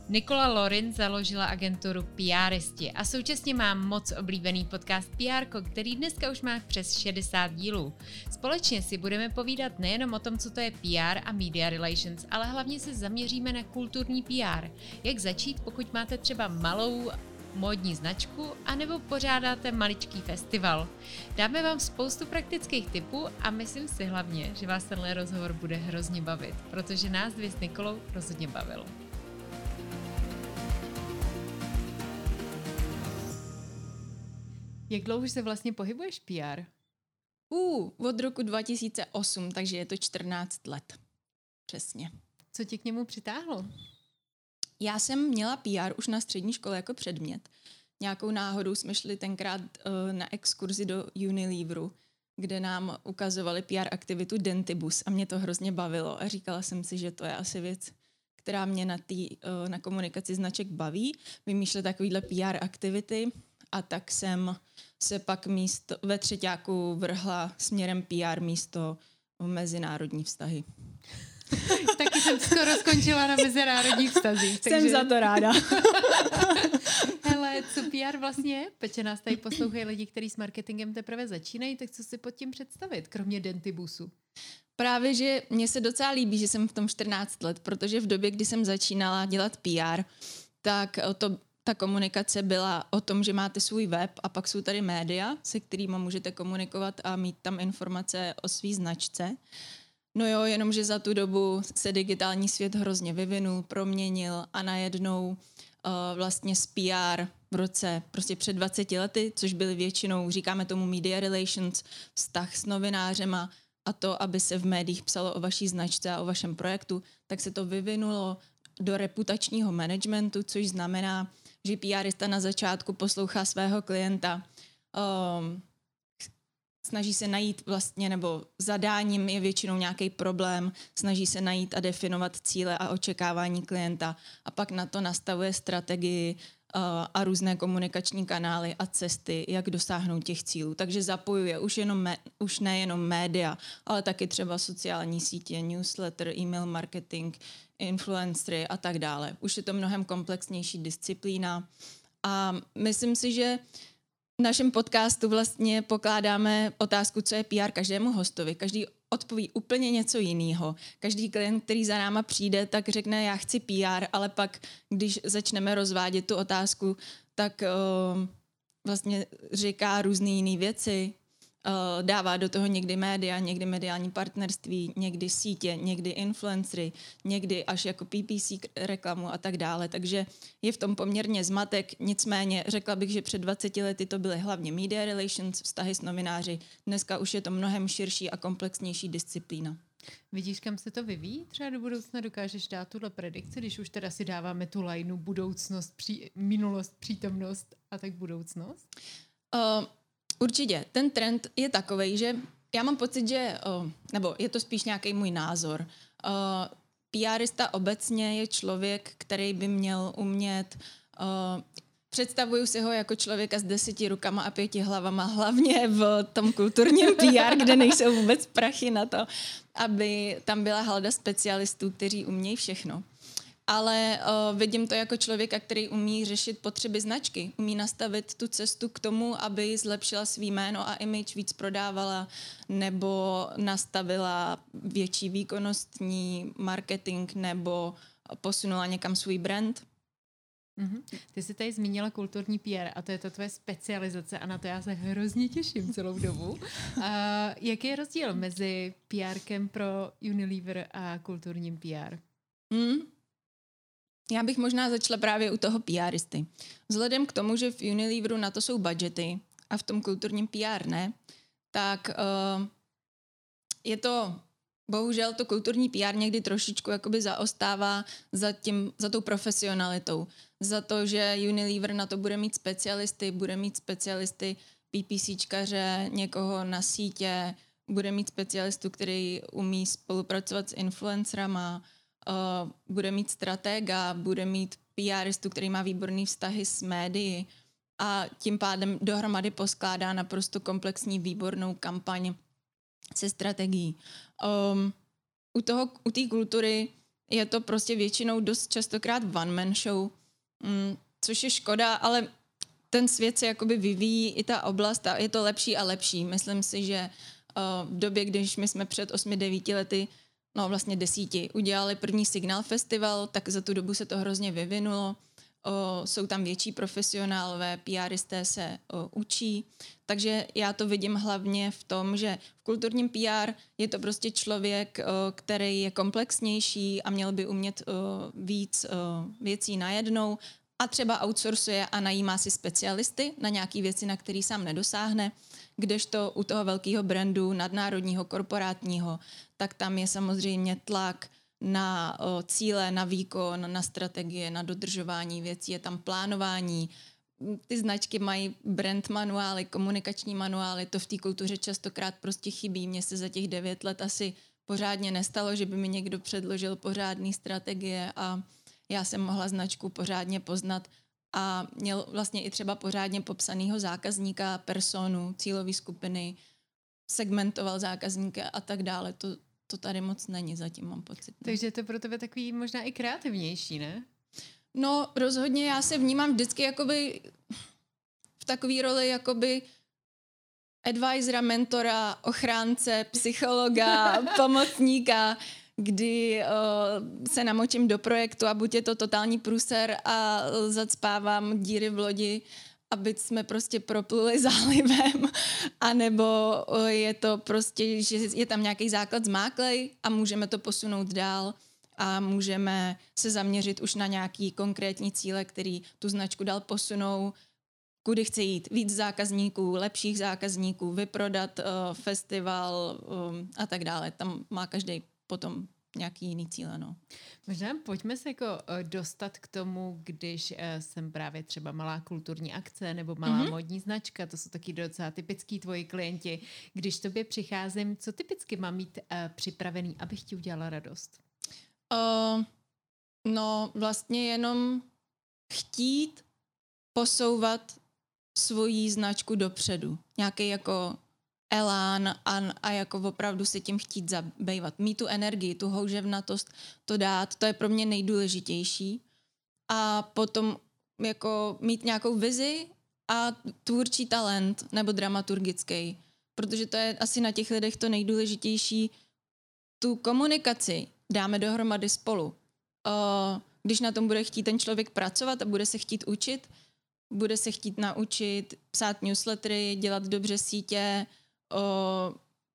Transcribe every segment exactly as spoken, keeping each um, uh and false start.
Nikola Lorin založila agenturu PRisti a současně má moc oblíbený podcast P R ko, který dneska už má přes šedesát dílů. Společně si budeme povídat nejenom o tom, co to je P R a media relations, ale hlavně se zaměříme na kulturní P R. Jak začít, pokud máte třeba malou módní značku anebo pořádáte maličký festival. Dáme vám spoustu praktických tipů a myslím si hlavně, že vás tenhle rozhovor bude hrozně bavit, protože nás dvě s Nikolou rozhodně bavilo. Jak dlouho se vlastně pohybuješ P R? Uh, od roku dva tisíce osm, takže je to čtrnáct let. Přesně. Co tě k němu přitáhlo? Já jsem měla P R už na střední škole jako předmět. Nějakou náhodou jsme šli tenkrát uh, na exkurzi do Unileveru, kde nám ukazovali P R aktivitu Dentibus a mě to hrozně bavilo a říkala jsem si, že to je asi věc, která mě na, tý, uh, na komunikaci značek baví. Vymýšlet takovýhle P R aktivity a tak jsem se pak místo, ve třeťáku vrhla směrem P R místo mezinárodní vztahy. Taky jsem skoro skončila na mezinárodních vztazích. Takže... Jsem za to ráda. Hele, co P R vlastně je? Peče, nás tady poslouchají lidi, kteří s marketingem teprve začínají, tak co si pod tím představit, kromě Dentibusu? Právě, že mně se docela líbí, že jsem v tom čtrnáct let, protože v době, kdy jsem začínala dělat P R, tak to, ta komunikace byla o tom, že máte svůj web a pak jsou tady média, se kterými můžete komunikovat a mít tam informace o svý značce. No jo, jenomže za tu dobu se digitální svět hrozně vyvinul, proměnil a najednou uh, vlastně z P R v roce prostě před dvaceti lety, což byly většinou, říkáme tomu media relations, vztah s novinářema a to, aby se v médiích psalo o vaší značce a o vašem projektu, tak se to vyvinulo do reputačního managementu, což znamená, že PRista na začátku poslouchá svého klienta, um, snaží se najít vlastně, nebo zadáním je většinou nějaký problém, snaží se najít a definovat cíle a očekávání klienta a pak na to nastavuje strategii uh, a různé komunikační kanály a cesty, jak dosáhnout těch cílů. Takže zapojuje už, jenom mé, už nejenom média, ale taky třeba sociální sítě, newsletter, e-mail marketing, influencery a tak dále. Už je to mnohem komplexnější disciplína a myslím si, že v našem podcastu vlastně pokládáme otázku, co je P R každému hostovi. Každý odpoví úplně něco jiného. Každý klient, který za náma přijde, tak řekne, já chci P R, ale pak, když začneme rozvádět tu otázku, tak uh, vlastně říká různé jiné věci. Uh, dává do toho někdy média, někdy mediální partnerství, někdy sítě, někdy influencery, někdy až jako P P C reklamu a tak dále. Takže je v tom poměrně zmatek. Nicméně řekla bych, že před dvaceti lety to byly hlavně media relations, vztahy s novináři. Dneska už je to mnohem širší a komplexnější disciplína. Vidíš, kam se to vyvíjí? Třeba do budoucna dokážeš dát tuhle predikci, když už teda si dáváme tu lajnu budoucnost, pří, minulost, přítomnost a tak budoucnost? Uh, Určitě. Ten trend je takovej, že já mám pocit, že, nebo je to spíš nějaký můj názor, PRista obecně je člověk, který by měl umět, představuju si ho jako člověka s deseti rukama a pěti hlavama, hlavně v tom kulturním P R, kde nejsou vůbec prachy na to, aby tam byla halda specialistů, kteří umějí všechno. Ale uh, vidím to jako člověka, který umí řešit potřeby značky, umí nastavit tu cestu k tomu, aby zlepšila svý jméno a image, víc prodávala nebo nastavila větší výkonnostní marketing nebo posunula někam svůj brand. Mm-hmm. Ty jsi tady zmínila kulturní P R a to je ta tvoje specializace a na to já se hrozně těším celou dobu. Uh, jaký je rozdíl mezi PRkem pro Unilever a kulturním P R? Hmm. Já bych možná začala právě u toho PRisty. Vzhledem k tomu, že v Unileveru na to jsou budgety a v tom kulturním P R ne, tak uh, je to, bohužel to kulturní P R někdy trošičku jakoby zaostává za, tím, za tou profesionalitou. Za to, že Unilever na to bude mít specialisty, bude mít specialisty PPCčkaře, někoho na sítě, bude mít specialistu, který umí spolupracovat s influencerama, Uh, bude mít stratega, bude mít PRistu, který má výborný vztahy s médií a tím pádem dohromady poskládá naprosto komplexní výbornou kampaň se strategií. Um, u toho, u té kultury je to prostě většinou dost častokrát one-man show, mm, což je škoda, ale ten svět se jakoby vyvíjí, i ta oblast, a je to lepší a lepší. Myslím si, že uh, v době, když my jsme před osmi, devíti lety, no vlastně desíti, udělali první Signál festival, tak za tu dobu se to hrozně vyvinulo. O, jsou tam větší profesionálové, PRisté se o, učí, takže já to vidím hlavně v tom, že v kulturním P R je to prostě člověk, o, který je komplexnější a měl by umět o, víc o, věcí najednou a třeba outsourcuje a najímá si specialisty na nějaké věci, na které sám nedosáhne, kdežto u toho velkého brandu, nadnárodního, korporátního, tak tam je samozřejmě tlak na o, cíle, na výkon, na strategie, na dodržování věcí, je tam plánování. Ty značky mají brand manuály, komunikační manuály, to v té kultuře častokrát prostě chybí. Mně se za těch devět let asi pořádně nestalo, že by mi někdo předložil pořádný strategie a já jsem mohla značku pořádně poznat a měl vlastně i třeba pořádně popsanýho zákazníka, personu, cílové skupiny, segmentoval zákazníka a tak dále. To To tady moc není, zatím mám pocit. Ne? Takže to je pro tebe takový možná i kreativnější, ne? No rozhodně já se vnímám vždycky jakoby v takové roli jakoby advisora, mentora, ochránce, psychologa, pomocníka, kdy uh, se namočím do projektu a buď je to totální průser a zacpávám díry v lodi, aby jsme prostě propluli zálivem, anebo je to prostě, že je tam nějaký základ zmáklej a můžeme to posunout dál a můžeme se zaměřit už na nějaký konkrétní cíle, který tu značku dál posunou, kudy chce jít. Víc zákazníků, lepších zákazníků, vyprodat uh, festival um, a tak dále. Tam má každý potom nějaký jiný cíle, no. Možná pojďme se jako dostat k tomu, když jsem právě třeba malá kulturní akce nebo malá mm-hmm. módní značka, to jsou taky docela typický tvoji klienti. Když tobě přicházím, co typicky mám mít uh, připravený, abych ti udělala radost? Uh, no vlastně jenom chtít posouvat svoji značku dopředu. Nějaký jako elán a, a jako opravdu se tím chtít zabývat. Mít tu energii, tu houževnatost, to dát, to je pro mě nejdůležitější. A potom jako mít nějakou vizi a tvůrčí talent nebo dramaturgický, protože to je asi na těch lidech to nejdůležitější. Tu komunikaci dáme dohromady spolu. O, když na tom bude chtít ten člověk pracovat a bude se chtít učit, bude se chtít naučit psát newslettery, dělat dobře sítě, O,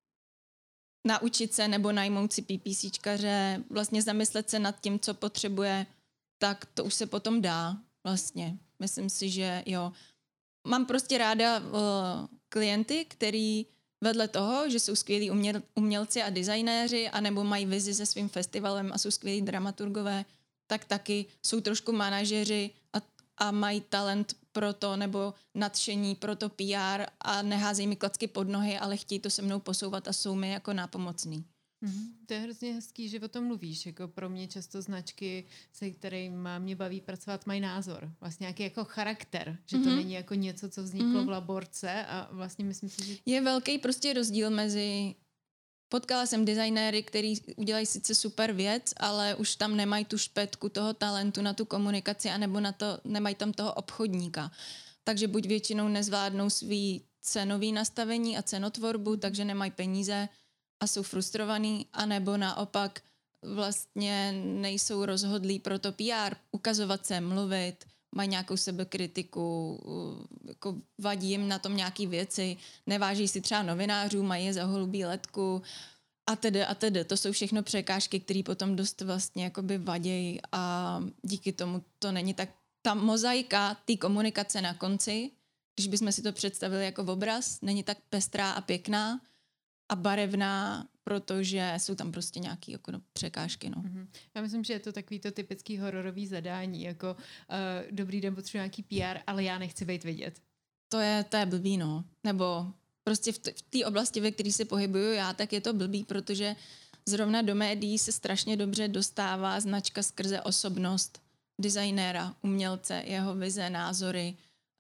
naučit se nebo najmout si PPCčkaře, vlastně zamyslet se nad tím, co potřebuje, tak to už se potom dá vlastně. Myslím si, že jo. Mám prostě ráda o, klienty, který vedle toho, že jsou skvělí uměl, umělci a designéři, anebo mají vizi se svým festivalem a jsou skvělí dramaturgové, tak taky jsou trošku manažeři a, a mají talent pro to, nebo nadšení pro to P R a neházejí mi klacky pod nohy, ale chtějí to se mnou posouvat a jsou mi jako nápomocný. Mm-hmm. To je hrozně hezký, že o tom mluvíš. Jako pro mě často značky, se kterými mě baví pracovat, mají názor. Vlastně nějaký jako charakter. Že mm-hmm. to není jako něco, co vzniklo mm-hmm. v laborce a vlastně myslím si, že... Je velký prostě rozdíl mezi... Potkala jsem designéry, který udělají sice super věc, ale už tam nemají tu špetku toho talentu na tu komunikaci, anebo na to, nemají tam toho obchodníka. Takže buď většinou nezvládnou svý cenový nastavení a cenotvorbu, takže nemají peníze a jsou frustrovaný, anebo naopak vlastně nejsou rozhodlí pro to P R, ukazovat se, mluvit, mají nějakou sebekritiku, jako vadí jim na tom nějaký věci, neváží si třeba novinářů, mají je za holubí letku a tedy a tedy. To jsou všechno překážky, které potom dost vlastně jakoby vadějí a díky tomu to není tak. Ta mozaika té komunikace na konci, když bychom si to představili jako obraz, není tak pestrá a pěkná a barevná, protože jsou tam prostě nějaké jako no, překážky. No. Mm-hmm. Já myslím, že je to takový to typický hororový zadání, jako uh, dobrý den, potřebuji nějaký P R, ale já nechci být vidět. To je, to je blbý, no. Nebo prostě v té oblasti, ve které se pohybuju já, tak je to blbý, protože zrovna do médií se strašně dobře dostává značka skrze osobnost designéra, umělce, jeho vize, názory,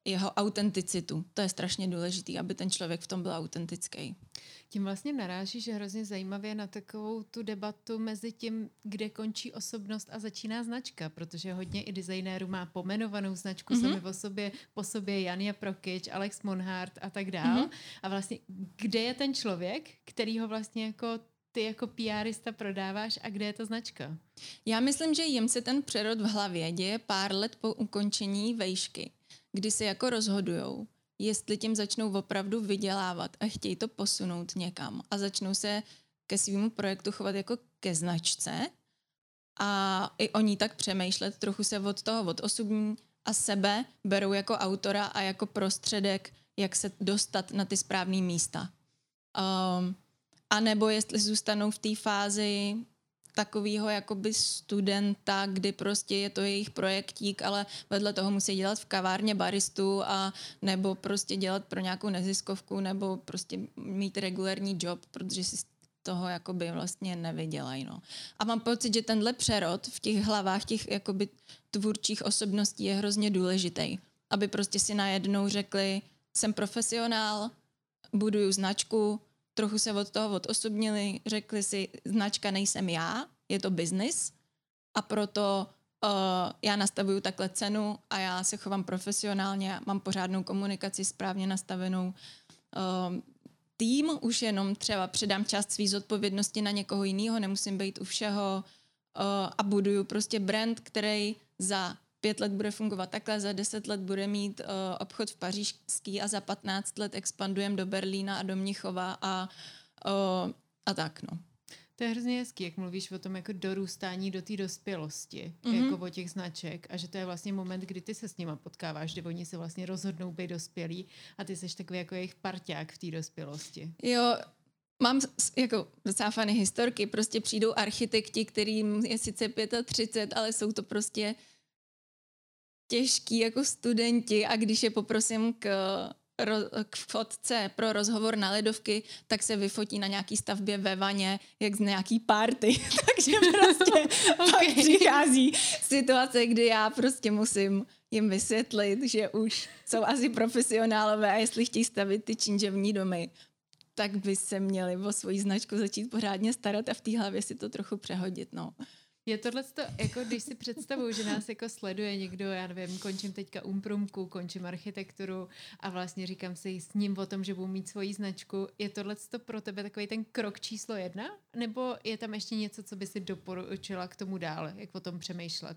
jeho autenticitu. To je strašně důležité, aby ten člověk v tom byl autentický. Tím vlastně narážíš hrozně zajímavě na takovou tu debatu mezi tím, kde končí osobnost a začíná značka, protože hodně i designérů má pomenovanou značku mm-hmm. sami o sobě, po sobě Janja Prokyč, Alex Monhart a tak dál. Mm-hmm. A vlastně kde je ten člověk, který ho vlastně jako ty jako PRista prodáváš a kde je ta značka? Já myslím, že jim se ten přerod v hlavě děje pár let po ukončení vejšky, kdy se jako rozhodujou, jestli tím začnou opravdu vydělávat a chtějí to posunout někam a začnou se ke svému projektu chovat jako ke značce a i oni tak přemýšlet, trochu se od toho odosobní a sebe berou jako autora a jako prostředek, jak se dostat na ty správné místa. Um, a nebo jestli zůstanou v té fázi takového jakoby studenta, kdy prostě je to jejich projektík, ale vedle toho musí dělat v kavárně baristu a nebo prostě dělat pro nějakou neziskovku nebo prostě mít regulární job, protože si z toho jakoby vlastně nevydělají. No. A mám pocit, že tenhle přerod v těch hlavách těch jakoby tvůrčích osobností je hrozně důležitý, aby prostě si najednou řekli, jsem profesionál, buduju značku, trochu se od toho odosobnili, řekli si, značka nejsem já, je to biznis a proto uh, já nastavuju takhle cenu a já se chovám profesionálně, mám pořádnou komunikaci správně nastavenou. Uh, tým už jenom třeba předám část své zodpovědnosti na někoho jiného, nemusím být u všeho uh, a buduju prostě brand, který za pět let bude fungovat takhle, za deset let bude mít uh, obchod v Pařížský a za patnáct let expandujeme do Berlína a do Mnichova a, uh, a tak, no. To je hrozně hezký, jak mluvíš o tom jako dorůstání do té dospělosti, mm-hmm. jako o těch značek a že to je vlastně moment, kdy ty se s nima potkáváš, kdy oni se vlastně rozhodnou být dospělí a ty seš takový jako jejich parťák v té dospělosti. Jo, mám jako docela fany historky, prostě přijdou architekti, kterým je sice třicet pět, ale jsou to prostě těžký jako studenti a když je poprosím k, k fotce pro rozhovor na ledovky, tak se vyfotí na nějaký stavbě ve vaně, jak z nějaký party. Takže prostě okay. Pak přichází situace, kdy já prostě musím jim vysvětlit, že už jsou asi profesionálové a jestli chtějí stavit ty činževní domy, tak by se měli o svoji značku začít pořádně starat a v té hlavě si to trochu přehodit, no. Je tohle, jako když si představuju, že nás jako sleduje někdo, já nevím, končím teďka umprumku, končím architekturu a vlastně říkám si s ním o tom, že budu mít svoji značku. Je tohle pro tebe takový ten krok číslo jedna? Nebo je tam ještě něco, co by si doporučila k tomu dále, jak o tom přemýšlet?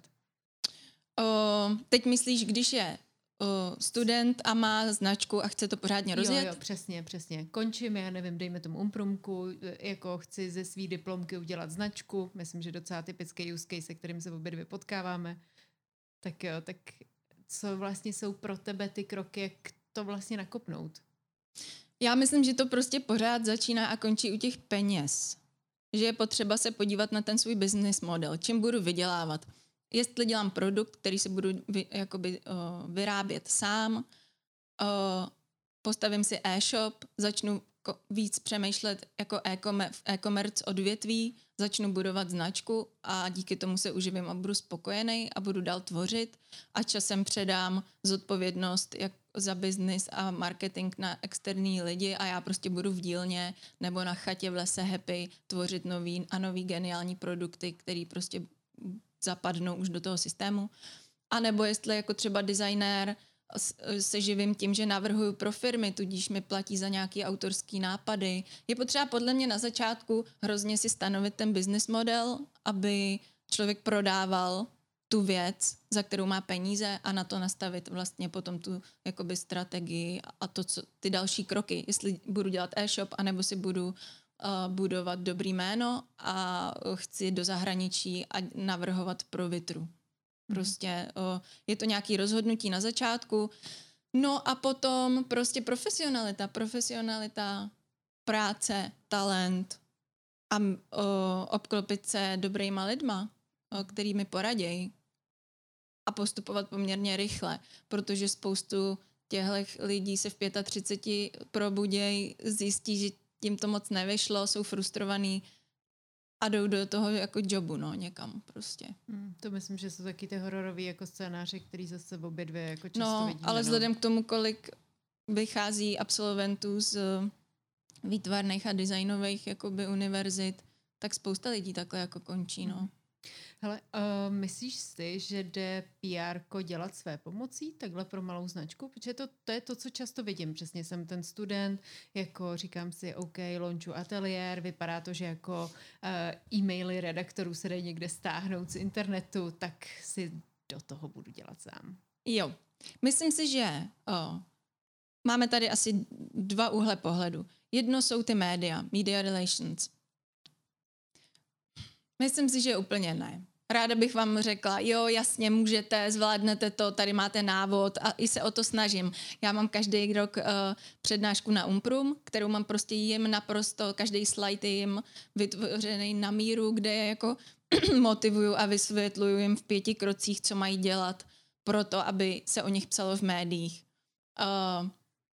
O, teď myslíš, když je o, student a má značku a chce to pořádně rozjet? Jo, jo, přesně, přesně. Končím, já nevím, dejme tomu umprumku, jako chci ze svý diplomky udělat značku, myslím, že docela typický use case, se kterým se obě dvě potkáváme. Tak jo, tak co vlastně jsou pro tebe ty kroky, jak to vlastně nakopnout? Já myslím, že to prostě pořád začíná a končí u těch peněz. Že je potřeba se podívat na ten svůj business model, čím budu vydělávat. Jestli dělám produkt, který se budu vy, jakoby, uh, vyrábět sám, uh, postavím si e-shop, začnu ko- víc přemýšlet jako e-commerce, e-commerce odvětví, začnu budovat značku a díky tomu se uživím a budu spokojený a budu dál tvořit a časem předám zodpovědnost jak za biznis a marketing na externí lidi a já prostě budu v dílně nebo na chatě v lese happy tvořit nový a nový geniální produkty, který prostě zapadnou už do toho systému. A nebo jestli jako třeba designér se živím tím, že navrhuju pro firmy, tudíž mi platí za nějaký autorský nápady. Je potřeba podle mě na začátku hrozně si stanovit ten business model, aby člověk prodával tu věc, za kterou má peníze a na to nastavit vlastně potom tu jakoby strategii a to, co, ty další kroky. Jestli budu dělat e-shop, anebo si budu uh, budovat dobrý jméno a chci do zahraničí a navrhovat pro Vitru. Prostě uh, je to nějaké rozhodnutí na začátku. No a potom prostě profesionalita. Profesionalita, práce, talent a uh, obklopit se dobrýma lidma, uh, který mi poradějí a postupovat poměrně rychle, protože spoustu těchto lidí se v třiceti pěti probudějí, zjistí, že tím to moc nevyšlo, jsou frustrovaní a jdou do toho jako jobu, no, někam prostě. Hmm, to myslím, že jsou taky ty hororové jako scénáře, který zase obě dvě jako často no, vidíme. ale no. vzhledem k tomu, kolik vychází absolventů z výtvarných a designových jakoby univerzit, tak spousta lidí takhle jako končí, no. Hele, uh, myslíš si, že jde P R ko dělat své pomocí takhle pro malou značku? Protože to, to je to, co často vidím. Přesně jsem ten student, jako říkám si, OK, launchu ateliér, vypadá to, že jako uh, e-maily redaktorů se dají někde stáhnout z internetu, tak si do toho budu dělat sám. Jo, myslím si, že oh, máme tady asi dva úhle pohledu. Jedno jsou ty média, media relations. Myslím si, že úplně ne. Ráda bych vám řekla, jo, jasně, můžete, zvládnete to, tady máte návod a i se o to snažím. Já mám každý rok uh, přednášku na Umprum, kterou mám prostě jim naprosto, každý slide jim vytvořený na míru, kde je jako motivuju a vysvětluju jim v pěti krocích, co mají dělat pro to, aby se o nich psalo v médiích. Uh,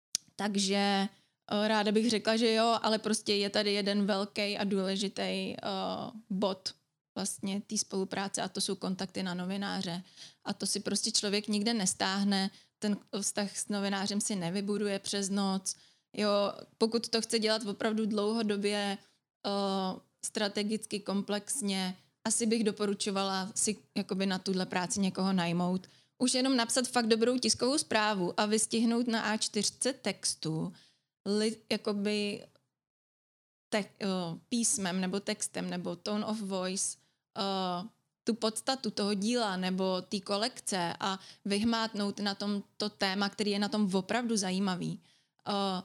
takže uh, ráda bych řekla, že jo, ale prostě je tady jeden velký a důležitý uh, bod vlastně té spolupráce a to jsou kontakty na novináře. A to si prostě člověk nikde nestáhne, ten vztah s novinářem si nevybuduje přes noc. Jo, pokud to chce dělat opravdu dlouhodobě, uh, strategicky, komplexně, asi bych doporučovala si jakoby na tuhle práci někoho najmout. Už jenom napsat fakt dobrou tiskovou zprávu a vystihnout na á čtyři textu li, jakoby te, uh, písmem nebo textem nebo tone of voice uh, tu podstatu toho díla nebo té kolekce a vyhmátnout na tom to téma, který je na tom opravdu zajímavý. Uh,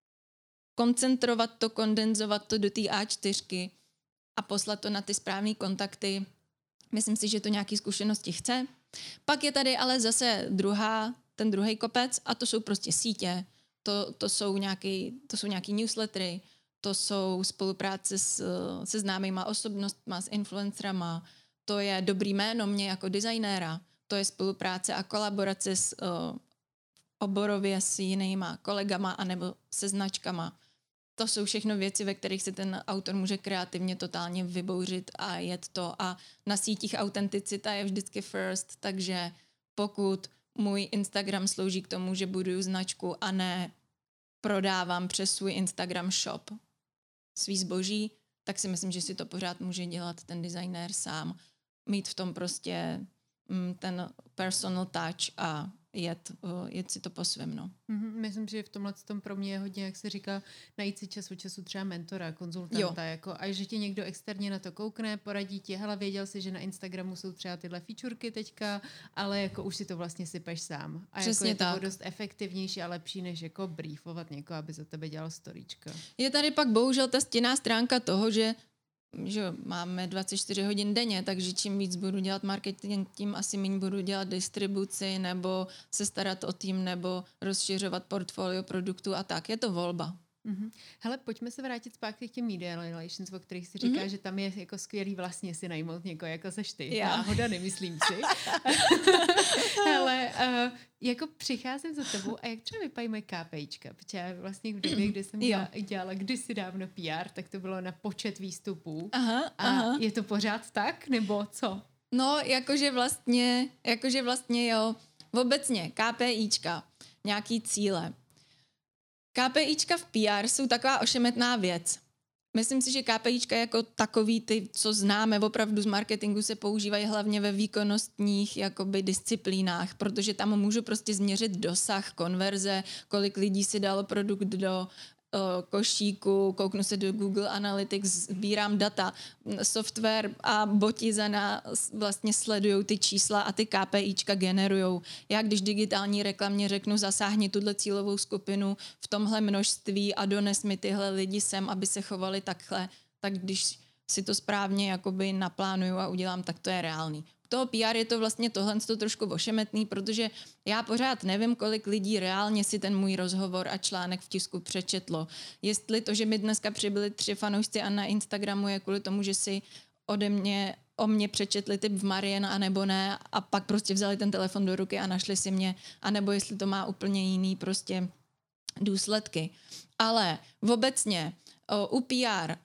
koncentrovat to, kondenzovat to do té á čtyři a poslat to na ty správné kontakty. Myslím si, že to nějaké zkušenosti chce. Pak je tady ale zase druhá, ten druhý kopec a to jsou prostě sítě, to, to jsou nějaký, to jsou nějaký newslettery, to jsou spolupráce s, se známýma osobnostma, s influencerama, to je dobrý jméno mě jako designéra, to je spolupráce a kolaborace s, uh, oborově s jinýma kolegama anebo se značkama. To jsou všechno věci, ve kterých se ten autor může kreativně totálně vybouřit a jet to. A na sítích autenticita je vždycky first, takže pokud můj Instagram slouží k tomu, že buduju značku a ne prodávám přes svůj Instagram shop svý zboží, tak si myslím, že si to pořád může dělat ten designér sám. Mít v tom prostě mm, ten personal touch a jet, jet si to po svém, no. Mm-hmm, myslím, že v tomhle tom pro mě je hodně, jak se říká, najít si čas od času třeba mentora, konzultanta, jako, a že ti někdo externě na to koukne, poradí ti, hele, věděl jsi, že na Instagramu jsou třeba tyhle featurky teďka, ale jako už si to vlastně sypeš sám. A přesně jako je tak. to dost efektivnější a lepší, než jako briefovat někoho, aby za tebe dělal storíčka. Je tady pak bohužel ta stinná stránka toho, že že máme dvacet čtyři hodin denně, takže čím víc budu dělat marketing, tím asi méně budu dělat distribuci nebo se starat o tým nebo rozšiřovat portfolio produktů a tak. Je to volba. Mm-hmm. Hele, pojďme se vrátit zpátky k těm media relations, o kterých si říká, mm-hmm. že tam je jako skvělý vlastně si najmout někoho, jako seš ty. Já. Náhoda, nemyslím si. Hele, uh, jako přicházím za tebou a jak třeba vypadají moje KPIčka, protože já vlastně v době, kdy jsem dělala, dělala kdysi dávno P R, tak to bylo na počet výstupů. Aha, a aha. je to pořád tak, nebo co? No, jakože vlastně, jakože vlastně jo, obecně KPIčka, nějaký cíle. KPIčka v P R jsou taková ošemetná věc. Myslím si, že KPIčka jako takový, ty, co známe opravdu z marketingu, se používají hlavně ve výkonnostních jakoby disciplínách, protože tam můžu prostě změřit dosah, konverze, kolik lidí si dalo produkt do košíku, kouknu se do Google Analytics, sbírám data, software a boti za nás vlastně sledujou ty čísla a ty KPIčka generujou. Já když digitální reklamě řeknu, zasáhni tuhle cílovou skupinu v tomhle množství a dones mi tyhle lidi sem, aby se chovali takhle, tak když si to správně jakoby naplánuju a udělám, tak to je reálný. Toho P R je to vlastně tohle to trošku ošemetný, protože já pořád nevím, kolik lidí reálně si ten můj rozhovor a článek v tisku přečetlo. Jestli to, že mi dneska přibyli tři fanoušci a na Instagramu je kvůli tomu, že si ode mě, o mě přečetli typ v Marien a nebo ne a pak prostě vzali ten telefon do ruky a našli si mě, anebo jestli to má úplně jiný prostě důsledky. Ale obecně u P R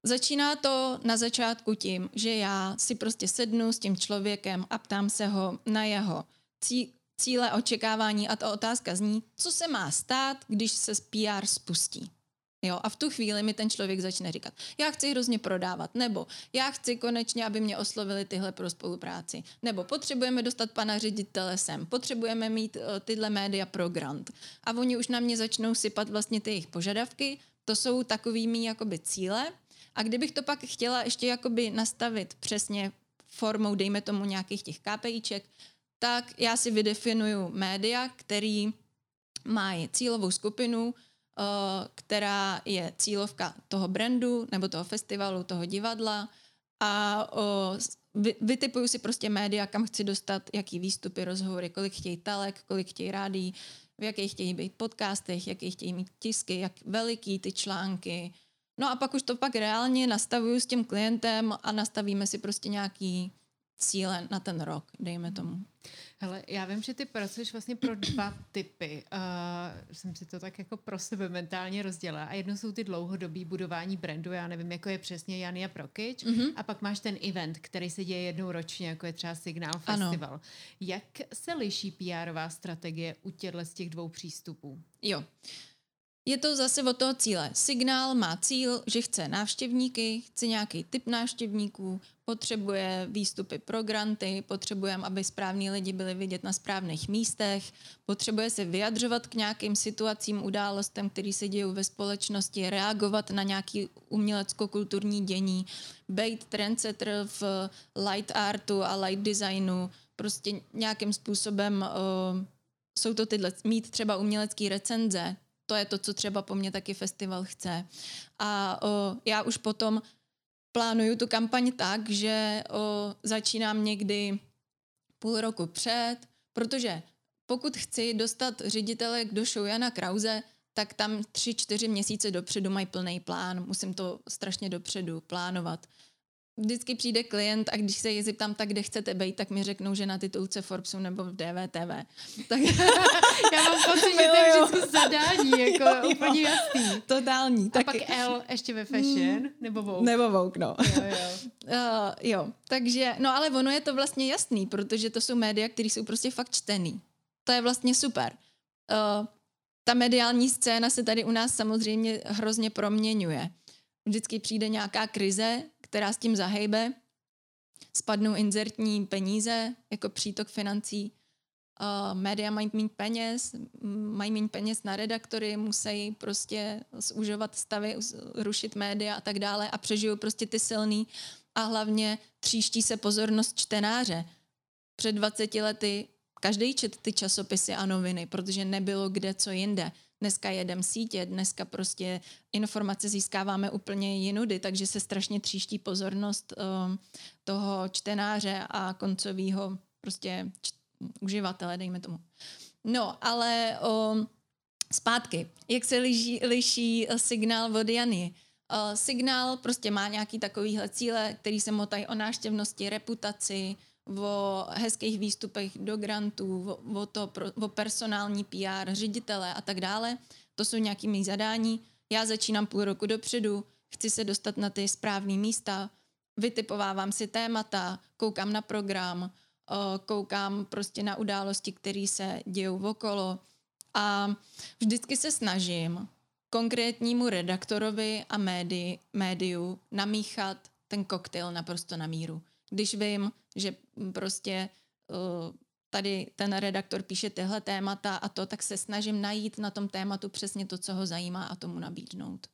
Začíná to na začátku tím, že já si prostě sednu s tím člověkem a ptám se ho na jeho cí, cíle, očekávání a ta otázka zní, co se má stát, když se P R spustí. Jo, a v tu chvíli mi ten člověk začne říkat, já chci hrozně prodávat, nebo já chci konečně, aby mě oslovili tyhle pro spolupráci, nebo potřebujeme dostat pana ředitele sem, potřebujeme mít uh, tyhle média pro grant. A oni už na mě začnou sypat vlastně ty jejich požadavky, to jsou takovými jakoby cíle. A kdybych to pak chtěla ještě jakoby nastavit přesně formou, dejme tomu nějakých těch KPIček, tak já si vydefinuju média, který mají cílovou skupinu, která je cílovka toho brandu nebo toho festivalu, toho divadla a vytipuju si prostě média, kam chci dostat, jaký výstupy, rozhovory, kolik chtějí telek, kolik chtějí rádií, v jakých chtějí být podcastech, jaký chtějí mít tisky, jak veliký ty články. No a pak už to pak reálně nastavuju s tím klientem a nastavíme si prostě nějaký cíle na ten rok, dejme tomu. Hele, já vím, že ty pracuješ vlastně pro dva typy. Uh, jsem si to tak jako pro sebe mentálně rozdělila. A jedno jsou ty dlouhodobý budování brandu, já nevím, jako je přesně Jania Prokyč. Mm-hmm. A pak máš ten event, který se děje jednou ročně, jako je třeba Signál Festival. Ano. Jak se liší P R-ová strategie u těchto z těch dvou přístupů? Jo. Je to zase od toho cíle. Signál má cíl, že chce návštěvníky, chce nějaký typ návštěvníků, potřebuje výstupy pro granty, potřebujeme, aby správní lidi byli vidět na správných místech, potřebuje se vyjadřovat k nějakým situacím, událostem, které se dějí ve společnosti, reagovat na nějaký umělecko-kulturní dění, být trendsetter v light artu a light designu, prostě nějakým způsobem uh, jsou to tyhle, mít třeba umělecký recenze. To je to, co třeba po mně taky festival chce. A o, já už potom plánuju tu kampaň tak, že o, začínám někdy půl roku před, protože pokud chci dostat ředitele do show Jana Krause, tak tam tři, čtyři měsíce dopředu mají plný plán. Musím to strašně dopředu plánovat. Vždycky přijde klient a když se je zeptám, tak kde chcete být, tak mi řeknou, že na titulce Forbesu nebo v D V T V. Tak... Já mám pocit, že to je vždycky zadání, jako jo, úplně jasný. Totální. A tak... pak L ještě ve fashion, mm, nebo Vogue. Nebo Vogue, no. Jo, jo. uh, jo, takže, no ale ono je to vlastně jasný, protože to jsou média, které jsou prostě fakt čtený. To je vlastně super. Uh, ta mediální scéna se tady u nás samozřejmě hrozně proměňuje. Vždycky přijde nějaká krize, která s tím zahejbe, spadnou inzertní peníze, jako přítok financí, uh, média mají mít peněz, mají mít peněz na redaktory, musí prostě zúžovat stavy, rušit média a tak dále a přežijou prostě ty silný a hlavně tříští se pozornost čtenáře. Před dvaceti lety každý čet ty časopisy a noviny, protože nebylo kde co jinde. Dneska jedem sítě, dneska prostě informace získáváme úplně jinudy, takže se strašně tříští pozornost um, toho čtenáře a koncového prostě č- uživatele, dejme tomu. No, ale um, zpátky, jak se liší, liší uh, signál od Jany? Uh, signál prostě má nějaký takovýhle cíle, který se motají o návštěvnosti, reputaci, o hezkých výstupech do grantů, o, o, to, o personální P R, ředitele a tak dále. To jsou nějaký mý zadání. Já začínám půl roku dopředu, chci se dostat na ty správné místa, vytipovávám si témata, koukám na program, koukám prostě na události, které se dějou okolo a vždycky se snažím konkrétnímu redaktorovi a médii, médiu namíchat ten koktejl naprosto na míru. Když vím, že prostě uh, tady ten redaktor píše tyhle témata a to, tak se snažím najít na tom tématu přesně to, co ho zajímá a tomu nabídnout.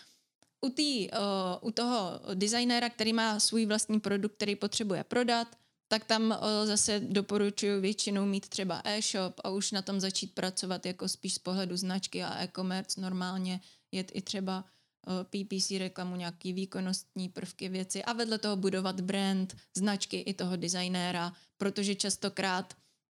U, tý, uh, u toho designéra, který má svůj vlastní produkt, který potřebuje prodat, tak tam uh, zase doporučuji většinou mít třeba e-shop a už na tom začít pracovat jako spíš z pohledu značky a e-commerce normálně, jet i třeba P P C reklamu, nějaký výkonnostní prvky věci a vedle toho budovat brand, značky i toho designéra, protože častokrát,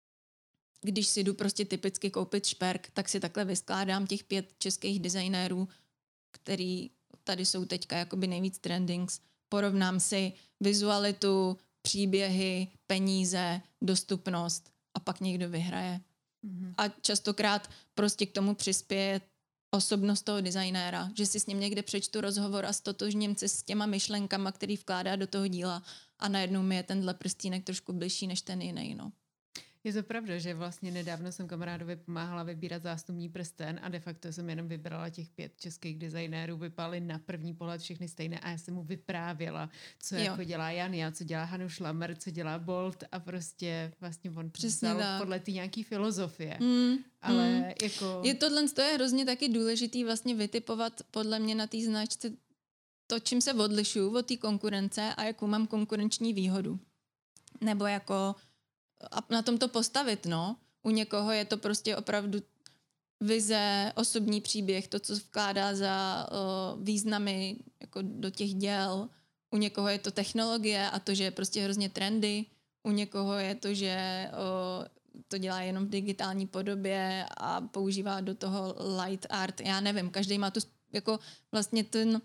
když si jdu prostě typicky koupit šperk, tak si takhle vyskládám těch pět českých designérů, který tady jsou teďka jakoby nejvíc trendings, porovnám si vizualitu, příběhy, peníze, dostupnost a pak někdo vyhraje. Mm-hmm. A častokrát prostě k tomu přispěje osobnost toho designéra, že si s ním někde přečtu rozhovor a stotožním se s těma myšlenkama, který vkládá do toho díla a najednou mi je tenhle prstínek trošku bližší než ten jiný, no. Je to pravda, že vlastně nedávno jsem kamarádovi pomáhala vybírat zástupní prsten a de facto jsem jenom vybrala těch pět českých designérů, vypadaly na první pohled všechny stejné a já jsem mu vyprávěla, co jo. jako dělá Jania, co dělá Hanu Šlamer, co dělá Bolt a prostě vlastně on přesně podle té nějaký filozofie. Mm, Ale mm. jako... Je tohle to je hrozně taky důležitý vlastně vytipovat podle mě na té značce to, čím se odlišuju od té konkurence a jakou mám konkurenční výhodu. Nebo jako a na tom to postavit, no. U někoho je to prostě opravdu vize, osobní příběh, to, co vkládá za uh, významy jako do těch děl. U někoho je to technologie a to, že je prostě hrozně trendy. U někoho je to, že uh, to dělá jenom v digitální podobě a používá do toho light art. Já nevím, každý má tu jako vlastně ten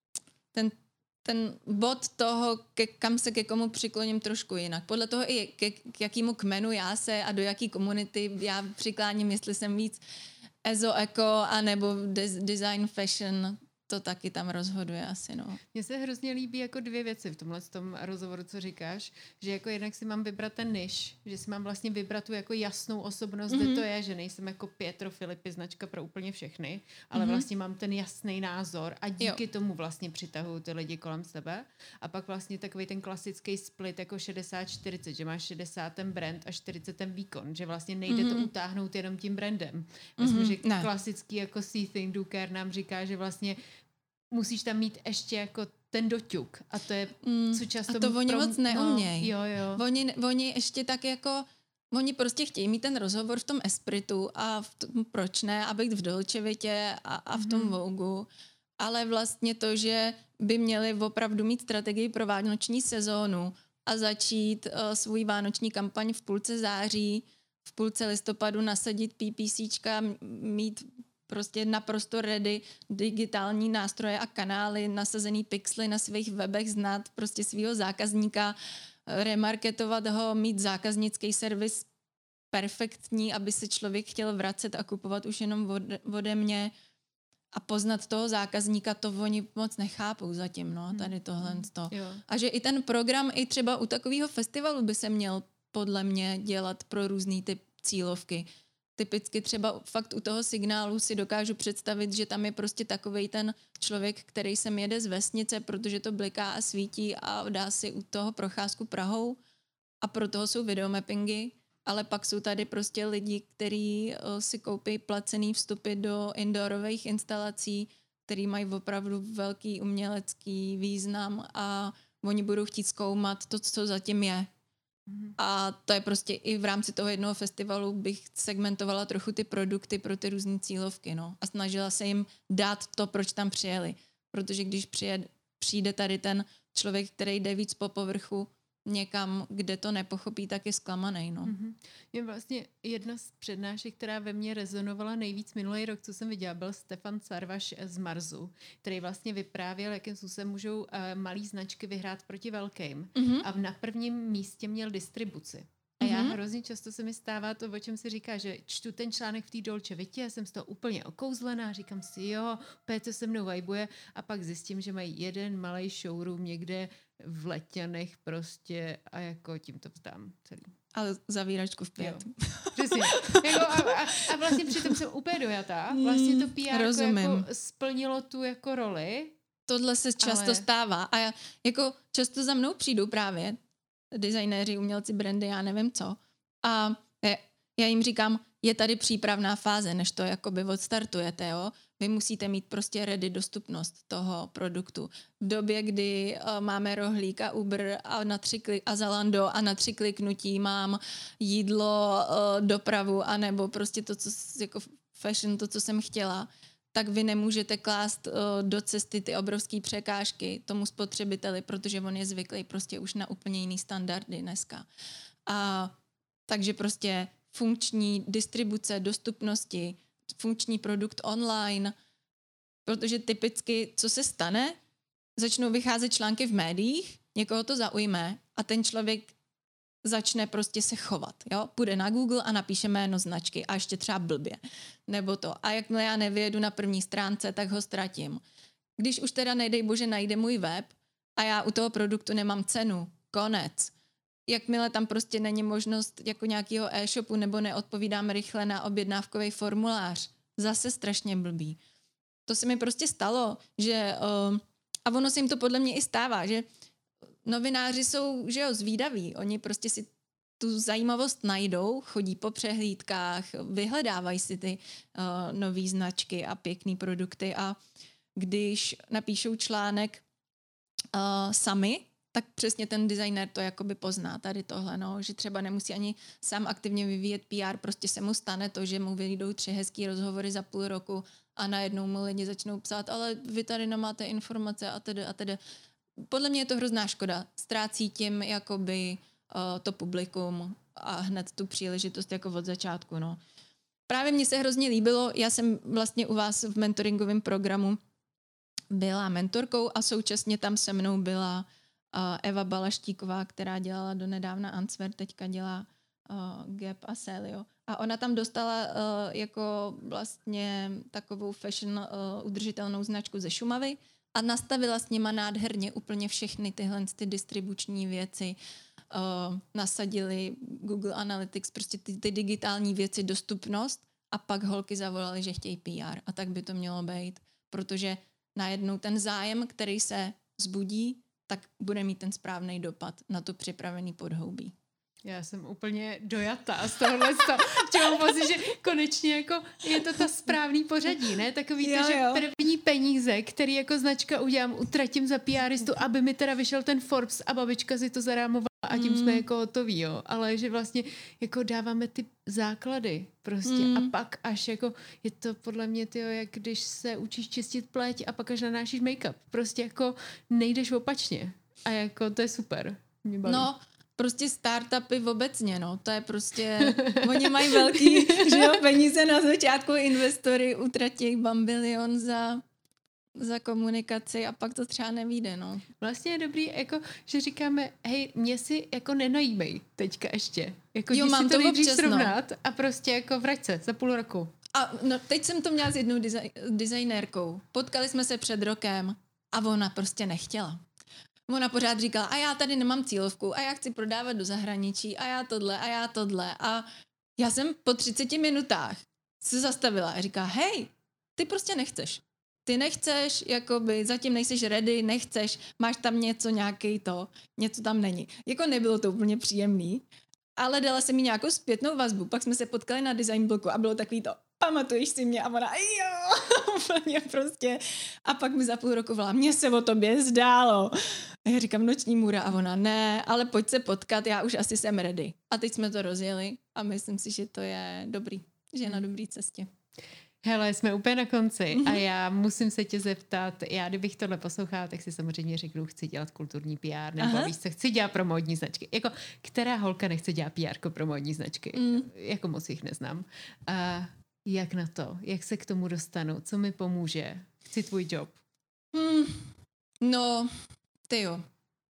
ten ten bod toho, ke, kam se ke komu přikloním trošku jinak. Podle toho i ke, k jakýmu kmenu já se a do jaký komunity já přikláním, jestli jsem víc ezo, eko, anebo des, design, fashion, to taky tam rozhoduje asi, no. Mně se hrozně líbí jako dvě věci v tomhle tom rozhovoru, co říkáš, že jako jednak si mám vybrat ten niž, že si mám vlastně vybrat tu jako jasnou osobnost, mm-hmm. kde to je, že nejsem jako Pietro Filippi, značka pro úplně všechny, ale mm-hmm. vlastně mám ten jasný názor a díky jo. tomu vlastně přitahuju ty lidi kolem sebe. A pak vlastně takový ten klasický split jako šedesát čtyřicet, že máš šedesát ten brand a čtyřicet ten výkon, že vlastně nejde mm-hmm. to utáhnout jenom tím brandem. Myslím, mm-hmm. že ne. klasický jako See Think Do Care nám říká, že vlastně musíš tam mít ještě jako ten doťuk a to je, mm, co často... A to oni prom... moc neumějí. No, jo, jo. Oni, oni ještě tak jako... Oni prostě chtějí mít ten rozhovor v tom espritu a v tom, proč ne, a být v Dolčevitě a, a v tom mm-hmm. Vogu, ale vlastně to, že by měli opravdu mít strategii pro vánoční sezónu a začít uh, svůj vánoční kampaň v půlce září, v půlce listopadu nasadit PPCčka, mít prostě naprosto ready digitální nástroje a kanály, nasazený pixely na svých webech, znát prostě svýho zákazníka, remarketovat ho, mít zákaznický servis perfektní, aby se člověk chtěl vracet a kupovat už jenom ode, ode mě a poznat toho zákazníka, to oni moc nechápou zatím, no, tady tohle. To. A že i ten program, i třeba u takového festivalu by se měl podle mě dělat pro různý typ cílovky. Typicky třeba fakt u toho Signálu si dokážu představit, že tam je prostě takovej ten člověk, který sem jede z vesnice, protože to bliká a svítí a dá si u toho procházku Prahou a pro toho jsou videomappingy, ale pak jsou tady prostě lidi, kteří si koupí placený vstupy do indoorových instalací, který mají opravdu velký umělecký význam a oni budou chtít zkoumat to, co zatím je. A to je prostě i v rámci toho jednoho festivalu bych segmentovala trochu ty produkty pro ty různé cílovky, no. A snažila se jim dát to, proč tam přijeli. Protože když přijede, přijde tady ten člověk, který jde víc po povrchu někam, kde to nepochopí, tak je zklamaný, no. Mm-hmm. Je vlastně jedna z přednášek, která ve mně rezonovala nejvíc minulý rok, co jsem viděla, byl Stefan Sarvaš z Marzu, který vlastně vyprávěl, jakým způsobem můžou uh, malý značky vyhrát proti velkým. Mm-hmm. A na prvním místě měl distribuci. A já mm-hmm. hrozně často se mi stává to, o čem si říká, že čtu ten článek v té Dolce Vitě, jsem z toho úplně okouzlená, říkám si, jo, úplně to se mnou vibuje a pak zjistím, že mají jeden malej showroom někde v Letňanech prostě a jako tím to vzdám celý. Ale zavíračku v pět. Jo, přesně. jako a, a, a vlastně přitom jsem úplně dojatá. Vlastně to P R jako splnilo tu jako roli. Tohle se často ale... stává a já, jako často za mnou přijdou právě designéři, umělci, brandy, já nevím co. A já jim říkám, je tady přípravná fáze, než to jakoby odstartujete, jo. Vy musíte mít prostě ready dostupnost toho produktu. V době, kdy uh, máme Rohlík a Uber a, na tři klik, a Zalando a na tři kliknutí mám jídlo, uh, dopravu anebo prostě to, co jako fashion, to, co jsem chtěla, tak vy nemůžete klást uh, do cesty ty obrovské překážky tomu spotřebiteli, protože on je zvyklý prostě už na úplně jiný standardy dneska. A takže prostě funkční distribuce, dostupnosti, funkční produkt online, protože typicky, co se stane, začnou vycházet články v médiích, někoho to zaujme a ten člověk začne prostě se chovat, jo? Půjde na Google a napíše jméno značky a ještě třeba blbě. Nebo to. A jakmile já nevyjedu na první stránce, tak ho ztratím. Když už teda nejdej bože najde můj web a já u toho produktu nemám cenu, konec. Jakmile tam prostě není možnost jako nějakého e-shopu nebo neodpovídám rychle na objednávkový formulář, zase strašně blbý. To se mi prostě stalo, že uh, a ono se jim to podle mě i stává, že novináři jsou, že jo, zvídaví. Oni prostě si tu zajímavost najdou, chodí po přehlídkách, vyhledávají si ty uh, nový značky a pěkný produkty a když napíšou článek uh, sami, tak přesně ten designer to jakoby pozná tady tohle, no, že třeba nemusí ani sám aktivně vyvíjet P R, prostě se mu stane to, že mu vyjdou tři hezký rozhovory za půl roku a najednou mu lidi začnou psát, ale vy tady nemáte informace a tedy a tedy. Podle mě je to hrozná škoda. Ztrácí tím jakoby uh, to publikum a hned tu příležitost jako od začátku, no. Právě mně se hrozně líbilo, já jsem vlastně u vás v mentoringovém programu byla mentorkou a současně tam se mnou byla uh, Eva Balaštíková, která dělala donedávna Answer, teďka dělá uh, Gap a Celio. A ona tam dostala uh, jako vlastně takovou fashion uh, udržitelnou značku ze Šumavy a nastavila s nima nádherně úplně všechny tyhle ty distribuční věci. Uh, nasadili Google Analytics, prostě ty, ty digitální věci, dostupnost a pak holky zavolali, že chtějí P R. A tak by to mělo být, protože najednou ten zájem, který se vzbudí, tak bude mít ten správný dopad na to připravený podhoubí. Já jsem úplně dojatá z tohohle stavu. Mám pocit, že konečně jako je to ta správný pořadí, ne? Takový jo, to, že jo. první peníze, který jako značka udělám, utratím za PRistu, aby mi teda vyšel ten Forbes a babička si to zarámovala a tím mm. jsme jako hotoví, jo. Ale že vlastně jako dáváme ty základy prostě mm. a pak až jako je to podle mě, tyjo, jak když se učíš čistit pleť a pak až nanášíš make-up. Prostě jako nejdeš opačně. A jako to je super. Mě baví. No, prostě startupy obecně, no, to je prostě, oni mají velký, že jo, peníze na začátku, investory utratí bambilion za, za komunikaci a pak to třeba nevyjde, no. Vlastně je dobrý, jako, že říkáme, hej, mě si jako nenajímej teďka ještě. Jako, jo, mám si to, to nejdřív občas, srovnat no. A prostě jako vrať se za půl roku. A no, teď jsem to měla s jednou dizaj- designérkou. Potkali jsme se před rokem a ona prostě nechtěla. Ona pořád říkala, a já tady nemám cílovku a já chci prodávat do zahraničí a já tohle a já tohle. A já jsem po třiceti minutách se zastavila a říká, hej, ty prostě nechceš. Ty nechceš, jakoby zatím nejseš ready, nechceš, máš tam něco, nějaký to, něco tam není. Jako nebylo to úplně příjemný, ale dala jsem mi nějakou zpětnou vazbu, pak jsme se potkali na design bloku a bylo takový to, pamatuješ si mě? A ona, jo, úplně prostě. A pak mi za půl roku volá, mně se o tobě zdálo. A já říkám, noční můra. A ona, ne, ale pojď se potkat, já už asi jsem ready. A teď jsme to rozjeli a myslím si, že to je dobrý, že je na dobrý cestě. Hele, jsme úplně na konci mm-hmm. a já musím se tě zeptat, já kdybych tohle poslouchala, tak si samozřejmě řeknu, chci dělat kulturní P R, nebo Aha. víš co, chci dělat pro módní značky. Jako, která holka nechce dělat P R pro módní značky? Mm. Jako moc jich neznám. A jak na to? Jak se k tomu dostanu? Co mi pomůže? Chci tvůj job. Hmm. No, ty jo.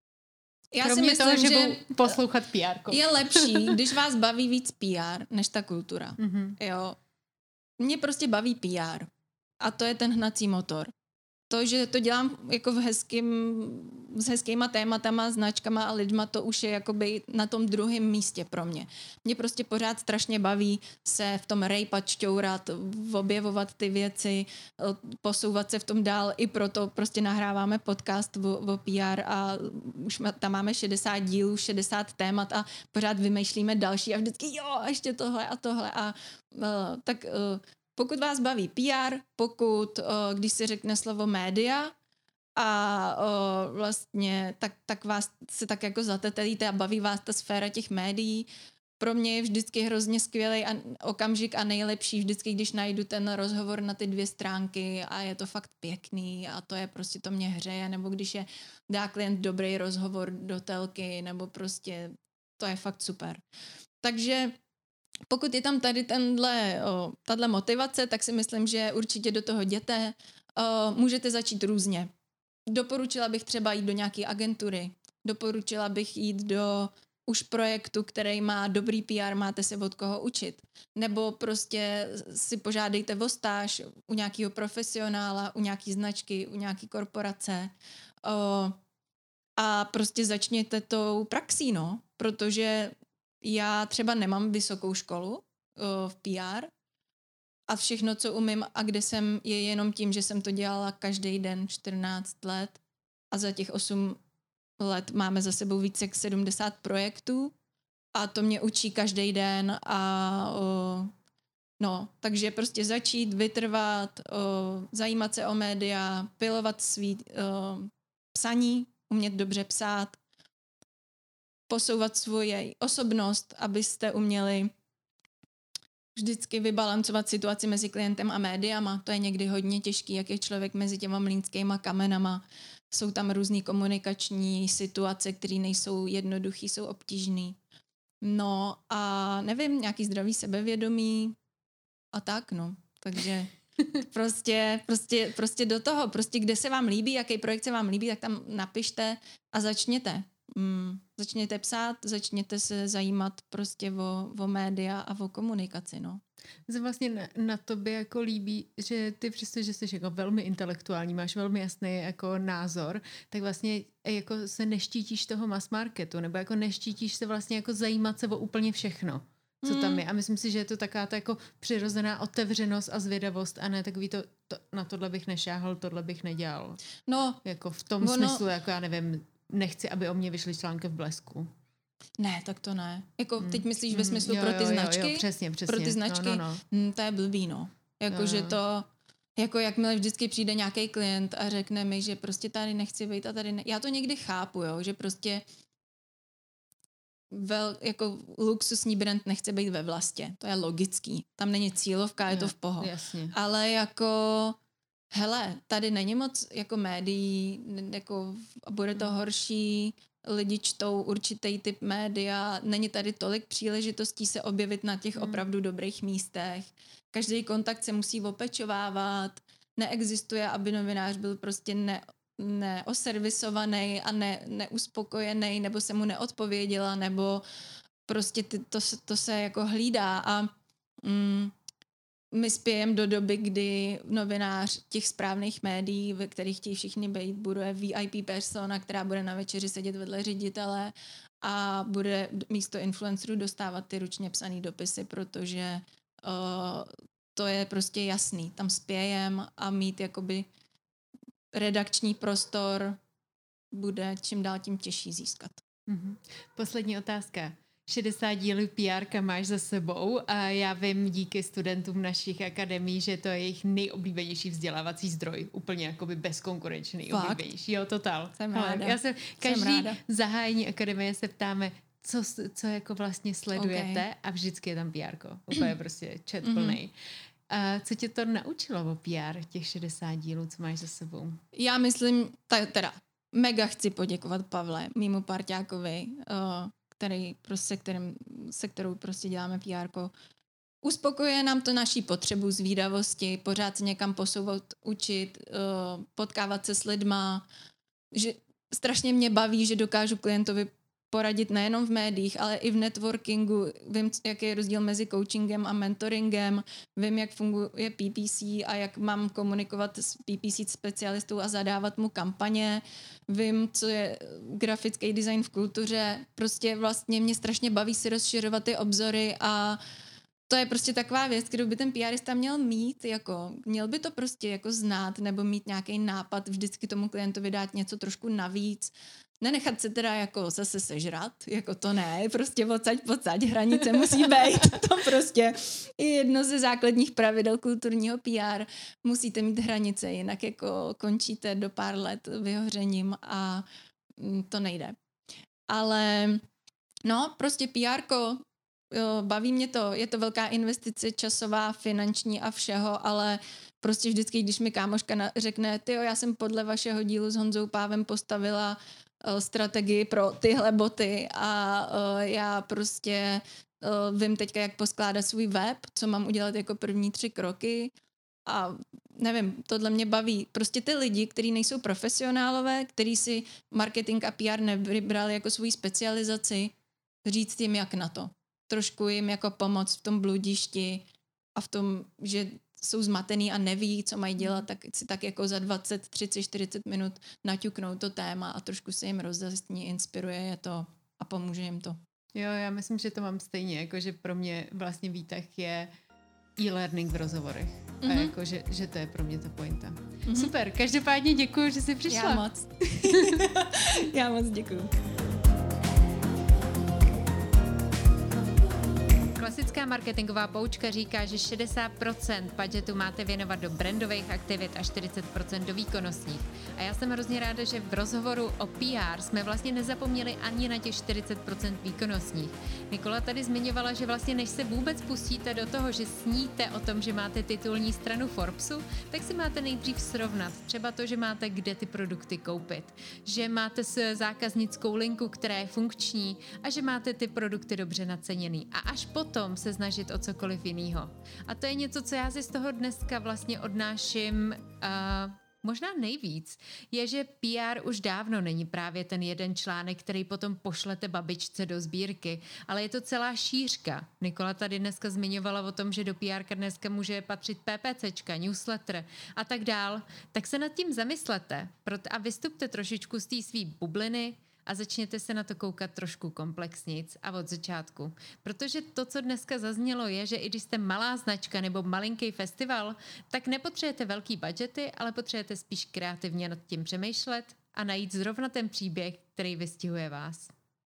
Já Kromě si myslím, toho, že, že poslouchat P R. Je lepší, když vás baví víc P R, než ta kultura. Mm-hmm. Jo. Mě prostě baví P R. A to je ten hnací motor. To, že to dělám jako v hezkým, s hezkýma tématama, značkama a lidma, to už je jakoby na tom druhém místě pro mě. Mě prostě pořád strašně baví se v tom rejpat, šťourat, objevovat ty věci, posouvat se v tom dál. I proto prostě nahráváme podcast o, o P R a už tam máme šedesát dílů, šedesát témat a pořád vymýšlíme další a vždycky jo, a ještě tohle a tohle. A uh, tak... Uh, Pokud vás baví P R, pokud, o, když se řekne slovo média a o, vlastně tak, tak vás se tak jako zatetelíte a baví vás ta sféra těch médií, pro mě je vždycky hrozně skvělý a, okamžik a nejlepší vždycky, když najdu ten rozhovor na ty dvě stránky a je to fakt pěkný a to je prostě, to mě hřeje, nebo když je dá klient dobrý rozhovor do telky, nebo prostě to je fakt super. Takže pokud je tam tady tenhle, o, tato motivace, tak si myslím, že určitě do toho jděte. O, můžete začít různě. Doporučila bych třeba jít do nějaké agentury. Doporučila bych jít do už projektu, který má dobrý P R, máte se od koho učit. Nebo prostě si požádejte o stáž u nějakého profesionála, u nějaký značky, u nějaký korporace uh, a prostě začněte tou praxí, no. Protože já třeba nemám vysokou školu uh, v P R a všechno, co umím a kde jsem, je jenom tím, že jsem to dělala každý den čtrnáct let a za těch osm let máme za sebou více jak sedmdesát projektů a to mě učí každý den a o, no, takže prostě začít, vytrvat, o, zajímat se o média, pilovat svý o, psaní, umět dobře psát, posouvat svoji osobnost, abyste uměli vždycky vybalancovat situaci mezi klientem a médiama. To je někdy hodně těžký, jak je člověk mezi těma mlýnskýma kamenama. Jsou tam různý komunikační situace, které nejsou jednoduchý, jsou obtížný. No a nevím, nějaký zdravý sebevědomí a tak, no. Takže prostě, prostě, prostě do toho, prostě kde se vám líbí, jaký projekt se vám líbí, tak tam napište a začněte. Mm, začněte psát, začněte se zajímat prostě o, o média a o komunikaci, no. Se vlastně na, na tobě jako líbí, že ty přesto, že jsi jako velmi intelektuální, máš velmi jasný jako názor, tak vlastně jako se neštítíš toho mass marketu, nebo jako neštítíš se vlastně jako zajímat se o úplně všechno, co mm. tam je. A myslím si, že je to taková ta jako přirozená otevřenost a zvědavost a ne takový to, to na tohle bych nešáhl, tohle bych nedělal. No. Jako v tom ono, smyslu, jako já nevím, nechci, aby o mě vyšly články v Blesku. Ne, tak to ne. Jako hmm. teď myslíš ve smyslu jo, pro ty jo, značky? Jo, jo, přesně, přesně. Pro ty značky? No, no, no. Hm, to je blbý, no. Jako, že to, jako jakmile vždycky přijde nějaký klient a řekne mi, že prostě tady nechci být a tady ne... Já to někdy chápu, jo, že prostě vel, jako luxusní brand nechce být ve vlastě. To je logický. Tam není cílovka, je to v poho. Jasně. Ale jako... Hele, tady není moc jako médií, jako bude to horší, lidi čtou určitý typ média, není tady tolik příležitostí se objevit na těch opravdu dobrých místech. Každý kontakt se musí opečovávat, neexistuje, aby novinář byl prostě ne, neoservisovaný a ne, neuspokojený, nebo se mu neodpověděla, nebo prostě ty, to, to se jako hlídá a mm, my spějeme do doby, kdy novinář těch správných médií, ve kterých chtějí všichni být, bude V I P persona, která bude na večeři sedět vedle ředitele a bude místo influencerů dostávat ty ručně psaný dopisy, protože uh, to je prostě jasný. Tam spějem a mít jakoby redakční prostor bude čím dál tím těžší získat. Mm-hmm. Poslední otázka. šedesát dílů P R máš za sebou a já vím díky studentům našich akademií, že to je jejich nejoblíbenější vzdělávací zdroj. Úplně jakoby bezkonkurenčný, nejoblíbenější. Jo, totál. Jsem ráda. Já jsem, každý jsem ráda. Zahájení akademie se ptáme, co, co jako vlastně sledujete okay. a vždycky je tam P R ko. Úplně prostě chat plnej. A co tě to naučilo o P R, těch šedesát dílů, co máš za sebou? Já myslím, ta, teda mega chci poděkovat Pavle, mýmu parťákovi, uh, který prostě, kterým, se kterou prostě děláme P R ko. Uspokojuje nám to naší potřebu zvídavosti, pořád se někam posouvat, učit, uh, potkávat se s lidma. Že strašně mě baví, že dokážu klientovi poradit nejenom v médiích, ale i v networkingu. Vím, jaký je rozdíl mezi coachingem a mentoringem. Vím, jak funguje P P C a jak mám komunikovat s P P C specialistou a zadávat mu kampaně. Vím, co je grafický design v kultuře. Prostě vlastně mě strašně baví si rozšiřovat ty obzory a to je prostě taková věc, kterou by ten PRista měl mít, jako měl by to prostě jako znát nebo mít nějaký nápad, vždycky tomu klientovi dát něco trošku navíc. Nenechat se teda jako zase sežrat, jako to ne, prostě odsaď pocať, hranice musí být. To prostě je jedno ze základních pravidel kulturního P R. Musíte mít hranice, jinak jako končíte do pár let vyhořením a to nejde. Ale no, prostě P R ko, jo, baví mě to, je to velká investice časová, finanční a všeho, ale prostě vždycky, když mi kámoška na, řekne, tyjo, já jsem podle vašeho dílu s Honzou Pávem postavila uh, strategii pro tyhle boty a uh, já prostě uh, vím teďka, jak poskládat svůj web, co mám udělat jako první tři kroky a nevím, tohle mě baví. Prostě ty lidi, kteří nejsou profesionálové, kteří si marketing a P R nevybrali jako svou specializaci, říct jim, jak na to. Trošku jim jako pomoct v tom bludišti a v tom, že jsou zmatený a neví, co mají dělat, tak si tak jako za dvacet, třicet, čtyřicet minut naťuknou to téma a trošku se jim rozdastní, inspiruje je to a pomůže jim to. Jo, já myslím, že to mám stejně, jako že pro mě vlastně výtah je e-learning v rozhovorech. Mm-hmm. A jako, že, že to je pro mě ta pointa. Mm-hmm. Super, každopádně děkuji, že jsi přišla. Já moc. Já moc děkuji. Klasická marketingová poučka říká, že šedesát procent budgetu máte věnovat do brandových aktivit a čtyřicet procent do výkonnostních. A já jsem hrozně ráda, že v rozhovoru o P R jsme vlastně nezapomněli ani na těch čtyřicet procent výkonnostních. Nikola tady zmiňovala, že vlastně než se vůbec pustíte do toho, že sníte o tom, že máte titulní stranu Forbesu, tak si máte nejdřív srovnat třeba to, že máte kde ty produkty koupit, že máte s zákaznickou linku, která je funkční a že máte ty produkty dobře naceněný. A až potom se snažit o cokoliv jiného. A to je něco, co já si z toho dneska vlastně odnáším uh, možná nejvíc, je, že P R už dávno není právě ten jeden článek, který potom pošlete babičce do sbírky, ale je to celá šířka. Nikola tady dneska zmiňovala o tom, že do P R dneska může patřit PPCčka, newsletter a tak dál. Tak se nad tím zamyslete a vystupte trošičku z té svý bubliny a začněte se na to koukat trošku komplexnic a od začátku. Protože to, co dneska zaznělo, je, že i když jste malá značka nebo malinký festival, tak nepotřebujete velký budgety, ale potřebujete spíš kreativně nad tím přemýšlet a najít zrovna ten příběh, který vystihuje vás.